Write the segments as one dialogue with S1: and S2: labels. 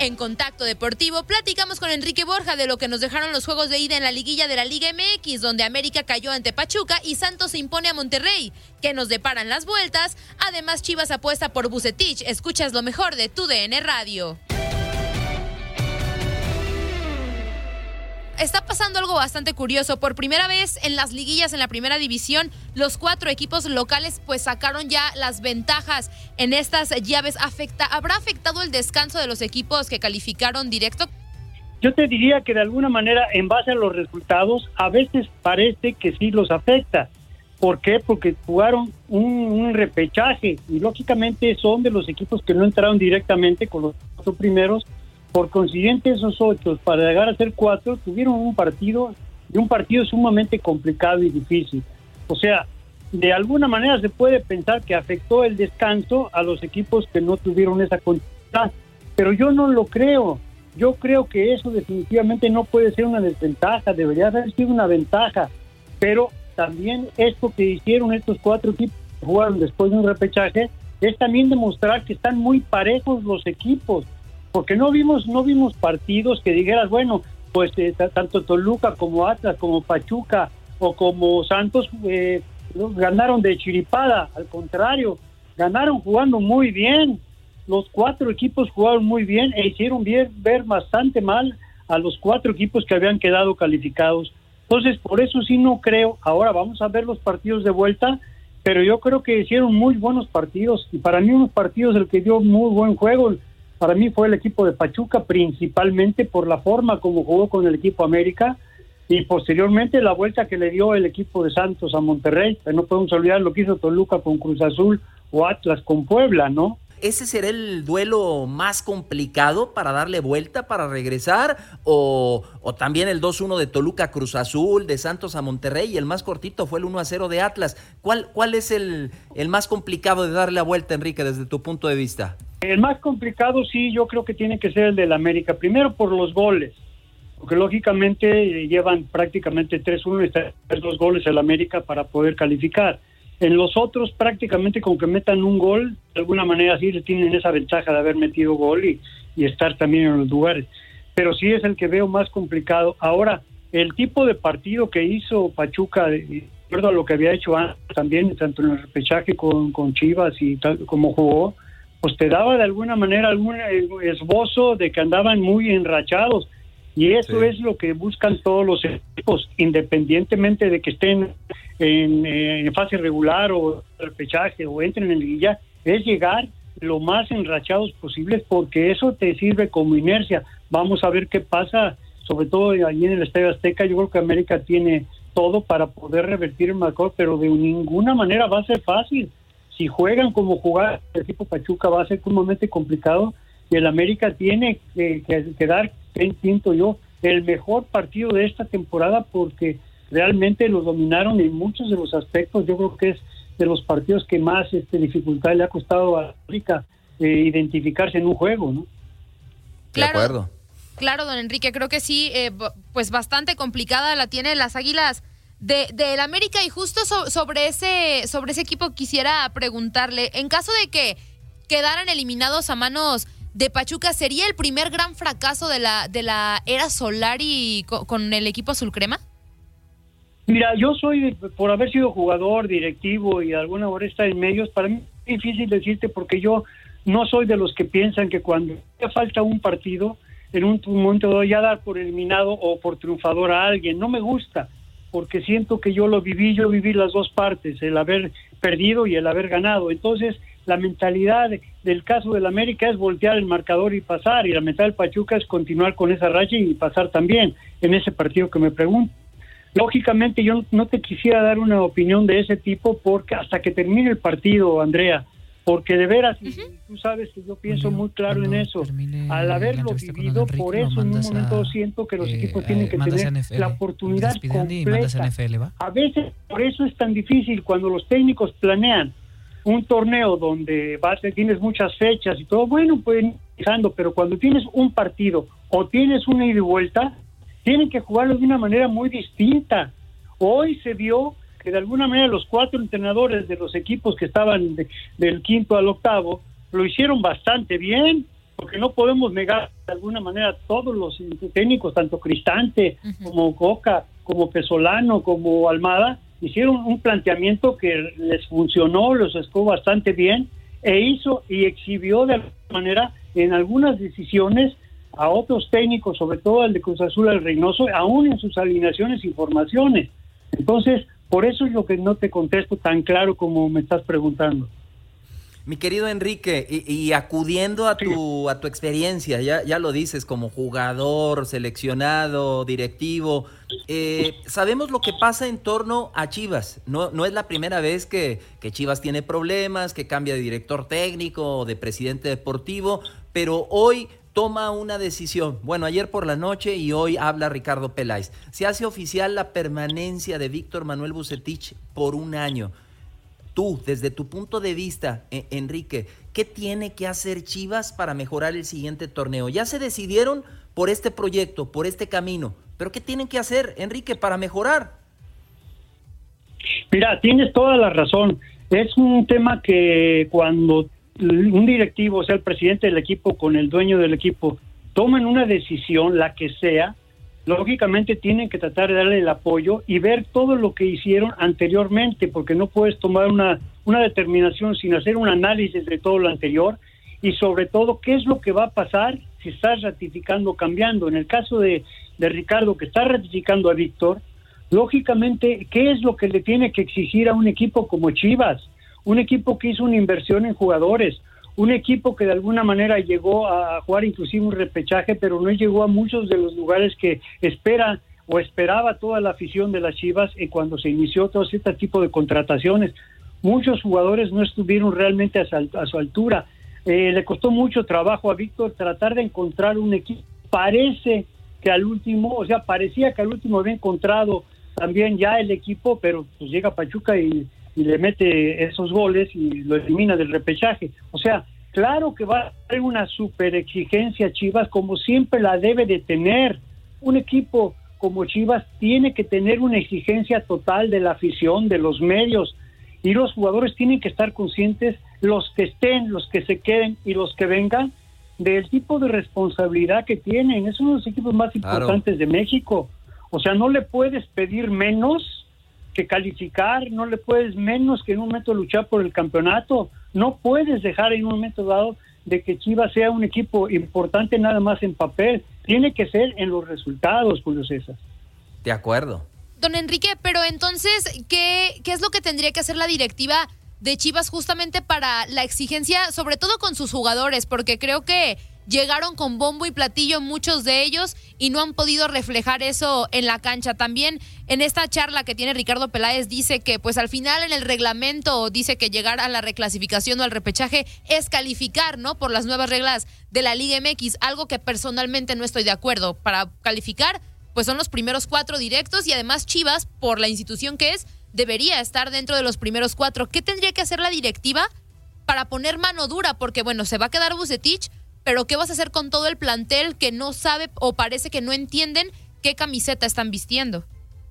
S1: En Contacto Deportivo platicamos con Enrique Borja de lo que nos dejaron los juegos de ida en la liguilla de la Liga MX, donde América cayó ante Pachuca y Santos se impone a Monterrey. ¿Qué nos deparan las vueltas? Además, Chivas apuesta por Vucetich. Escuchas lo mejor de tu DN Radio. Está pasando algo bastante curioso. Por primera vez en las liguillas en la primera división, los 4 equipos locales pues sacaron ya las ventajas en estas llaves. ¿Habrá afectado el descanso de los equipos que calificaron directo?
S2: Yo te diría que de alguna manera, en base a los resultados, a veces parece que sí los afecta. ¿Por qué? Porque jugaron un repechaje y lógicamente son de los equipos que no entraron directamente con los 4 primeros. Por consiguiente, esos 8, para llegar a ser 4, tuvieron un partido sumamente complicado y difícil. O sea, de alguna manera se puede pensar que afectó el descanso a los equipos que no tuvieron esa continuidad, pero yo no lo creo. Yo creo que eso definitivamente no puede ser una desventaja, debería haber sido una ventaja, pero también esto que hicieron estos 4 equipos que jugaron después de un repechaje es también demostrar que están muy parejos los equipos. Porque no vimos partidos que dijeras, bueno, pues tanto Toluca como Atlas, como Pachuca o como Santos ganaron de chiripada. Al contrario, ganaron jugando muy bien. Los 4 equipos jugaron muy bien e hicieron ver bastante mal a los 4 equipos que habían quedado calificados. Entonces, por eso sí no creo. Ahora vamos a ver los partidos de vuelta, pero yo creo que hicieron muy buenos partidos. Y para mí unos partidos el que dio muy buen juego para mí fue el equipo de Pachuca, principalmente por la forma como jugó con el equipo América y posteriormente la vuelta que le dio el equipo de Santos a Monterrey. No podemos olvidar lo que hizo Toluca con Cruz Azul o Atlas con Puebla, ¿no?
S3: ¿Ese será el duelo más complicado para darle vuelta, para regresar? ¿O también el 2-1 de Toluca Cruz Azul, de Santos a Monterrey, y el más cortito fue el 1-0 de Atlas? ¿Cuál es el más complicado de darle la vuelta, Enrique, desde tu punto de vista?
S2: El más complicado sí, yo creo que tiene que ser el del América. Primero por los goles, porque lógicamente llevan prácticamente 3-1 y están 2 goles el América para poder calificar. En los otros prácticamente con que metan un gol, de alguna manera sí tienen esa ventaja de haber metido gol y estar también en los lugares. Pero sí es el que veo más complicado. Ahora, el tipo de partido que hizo Pachuca, de acuerdo a lo que había hecho antes también, tanto en el repechaje con Chivas y tal como jugó, pues te daba de alguna manera algún esbozo de que andaban muy enrachados. Y eso sí es lo que buscan todos los equipos, independientemente de que estén en fase regular o repechaje o entren en liguilla, es llegar lo más enrachados posibles, porque eso te sirve como inercia. Vamos a ver qué pasa, sobre todo allí en el Estadio Azteca. Yo creo que América tiene todo para poder revertir el marcador, pero de ninguna manera va a ser fácil. Si juegan como jugar el equipo Pachuca, va a ser sumamente complicado, y el América tiene que dar, siento yo, el mejor partido de esta temporada, porque realmente lo dominaron en muchos de los aspectos. Yo creo que es de los partidos que más dificultad le ha costado a América identificarse en un juego, ¿no?
S1: Claro,
S3: de acuerdo.
S1: Claro, don Enrique, creo que sí, pues bastante complicada la tienen las Águilas del América. Y justo sobre ese equipo quisiera preguntarle, en caso de que quedaran eliminados a manos de Pachuca, ¿sería el primer gran fracaso de la era Solari con el equipo azulcrema?
S2: Mira, yo soy, por haber sido jugador, directivo y de alguna manera estar en medios, para mí es difícil decirte, porque yo no soy de los que piensan que cuando falta un partido, en un momento dado ya dar por eliminado o por triunfador a alguien. No me gusta, porque siento que yo viví las dos partes, el haber perdido y el haber ganado. Entonces, la mentalidad del caso del América es voltear el marcador y pasar, y la mentalidad del Pachuca es continuar con esa racha y pasar también en ese partido que me pregunto. Lógicamente yo no te quisiera dar una opinión de ese tipo, porque hasta que termine el partido, Andrea, porque de veras, tú sabes que yo pienso muy claro en eso. Al haberlo vivido, por eso en un momento siento que los equipos tienen que tener la oportunidad completa. A veces por eso es tan difícil cuando los técnicos planean un torneo donde tienes muchas fechas y todo, bueno, pueden ir dejando, pero cuando tienes un partido o tienes una ida y vuelta, tienen que jugarlo de una manera muy distinta. Hoy se vio que de alguna manera los 4 entrenadores de los equipos que estaban del quinto al octavo lo hicieron bastante bien. porque no podemos negar de alguna manera todos los técnicos, tanto Cristante como Coca, como Pesolano, como Almada, hicieron un planteamiento que les funcionó, los estuvo bastante bien, e hizo y exhibió de alguna manera en algunas decisiones a otros técnicos, sobre todo al de Cruz Azul, al Reynoso, aún en sus alineaciones y formaciones. Entonces, por eso es lo que no te contesto tan claro como me estás preguntando.
S3: Mi querido Enrique, y acudiendo a tu experiencia, ya lo dices, como jugador, seleccionado, directivo, sabemos lo que pasa en torno a Chivas. No es la primera vez que Chivas tiene problemas, que cambia de director técnico o de presidente deportivo, pero hoy toma una decisión. Bueno, ayer por la noche y hoy habla Ricardo Peláez. Se hace oficial la permanencia de Víctor Manuel Vucetich por 1 año. Tú, desde tu punto de vista, Enrique, ¿qué tiene que hacer Chivas para mejorar el siguiente torneo? Ya se decidieron por este proyecto, por este camino, pero ¿qué tienen que hacer, Enrique, para mejorar?
S2: Mira, tienes toda la razón. Es un tema que cuando un directivo, o sea, el presidente del equipo con el dueño del equipo, toman una decisión, la que sea, lógicamente tienen que tratar de darle el apoyo y ver todo lo que hicieron anteriormente, porque no puedes tomar una determinación sin hacer un análisis de todo lo anterior y sobre todo qué es lo que va a pasar si estás ratificando o cambiando. En el caso de Ricardo, que está ratificando a Víctor, lógicamente, ¿qué es lo que le tiene que exigir a un equipo como Chivas? Un equipo que hizo una inversión en jugadores, un equipo que de alguna manera llegó a jugar inclusive un repechaje, pero no llegó a muchos de los lugares que esperaba toda la afición de las Chivas cuando se inició todo este tipo de contrataciones. Muchos jugadores no estuvieron realmente a su altura. Le costó mucho trabajo a Víctor tratar de encontrar un equipo. Parecía que al último había encontrado también ya el equipo, pero pues llega Pachuca y le mete esos goles y lo elimina del repechaje. O sea, claro que va a haber una super exigencia Chivas, como siempre la debe de tener. Un equipo como Chivas tiene que tener una exigencia total de la afición, de los medios, y los jugadores tienen que estar conscientes, los que estén, los que se queden y los que vengan, del tipo de responsabilidad que tienen. Es uno de los equipos más importantes de México. O sea, no le puedes pedir menos que calificar, no le puedes menos que en un momento luchar por el campeonato. No puedes dejar en un momento dado de que Chivas sea un equipo importante nada más en papel. Tiene que ser en los resultados, Julio César.
S3: De acuerdo.
S1: Don Enrique, pero entonces, ¿qué es lo que tendría que hacer la directiva de Chivas justamente para la exigencia, sobre todo con sus jugadores? Porque creo que llegaron con bombo y platillo muchos de ellos y no han podido reflejar eso en la cancha. También en esta charla que tiene Ricardo Peláez dice que pues al final en el reglamento dice que llegar a la reclasificación o al repechaje es calificar, ¿no? Por las nuevas reglas de la Liga MX, algo que personalmente no estoy de acuerdo. Para calificar pues son los primeros 4 directos y además Chivas, por la institución que es, debería estar dentro de los primeros 4. ¿Qué tendría que hacer la directiva para poner mano dura? Porque bueno, se va a quedar Vucetich, pero ¿qué vas a hacer con todo el plantel que no sabe o parece que no entienden qué camiseta están vistiendo?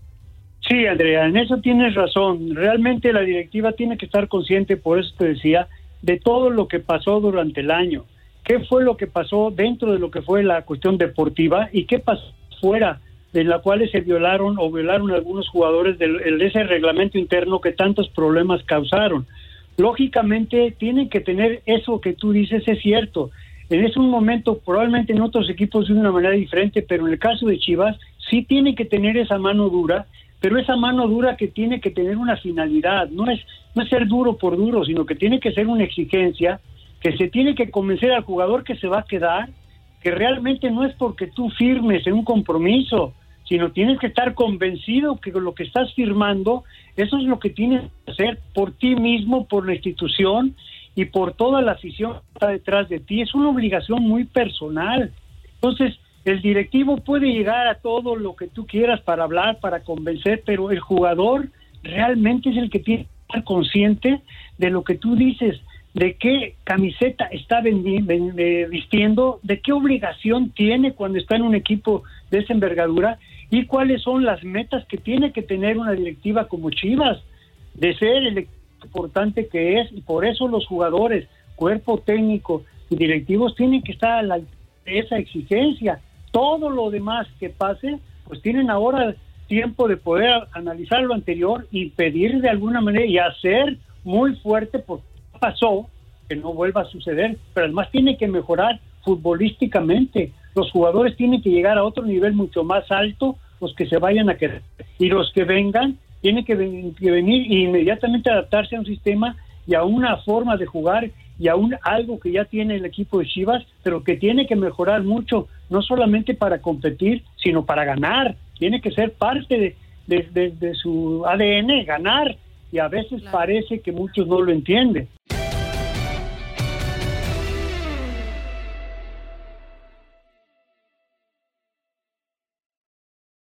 S2: Sí, Andrea, en eso tienes razón. Realmente la directiva tiene que estar consciente, por eso te decía, de todo lo que pasó durante el año. ¿Qué fue lo que pasó dentro de lo que fue la cuestión deportiva y qué pasó fuera, de la cual se violaron algunos jugadores de ese reglamento interno que tantos problemas causaron? Lógicamente tienen que tener eso que tú dices, es cierto. En ese momento, probablemente en otros equipos de una manera diferente, pero en el caso de Chivas, sí tiene que tener esa mano dura, pero esa mano dura que tiene que tener una finalidad, no es ser duro por duro, sino que tiene que ser una exigencia, que se tiene que convencer al jugador que se va a quedar, que realmente no es porque tú firmes en un compromiso, sino tienes que estar convencido que lo que estás firmando, eso es lo que tienes que hacer por ti mismo, por la institución, y por toda la afición que está detrás de ti. Es una obligación muy personal. Entonces, el directivo puede llegar a todo lo que tú quieras para hablar, para convencer, pero el jugador realmente es el que tiene que estar consciente de lo que tú dices, de qué camiseta está vistiendo, de qué obligación tiene cuando está en un equipo de esa envergadura y cuáles son las metas que tiene que tener una directiva como Chivas, de ser el importante que es, y por eso los jugadores, cuerpo técnico y directivos tienen que estar a esa exigencia. Todo lo demás que pase, pues tienen ahora tiempo de poder analizar lo anterior y pedir de alguna manera y hacer muy fuerte porque pasó, que no vuelva a suceder, pero además tiene que mejorar futbolísticamente. Los jugadores tienen que llegar a otro nivel mucho más alto, los que se vayan a quedar, y los que vengan tienen que venir e inmediatamente adaptarse a un sistema y a una forma de jugar y a algo que ya tiene el equipo de Chivas, pero que tiene que mejorar mucho, no solamente para competir, sino para ganar. Tiene que ser parte de su ADN, ganar, y a veces parece que muchos no lo entienden.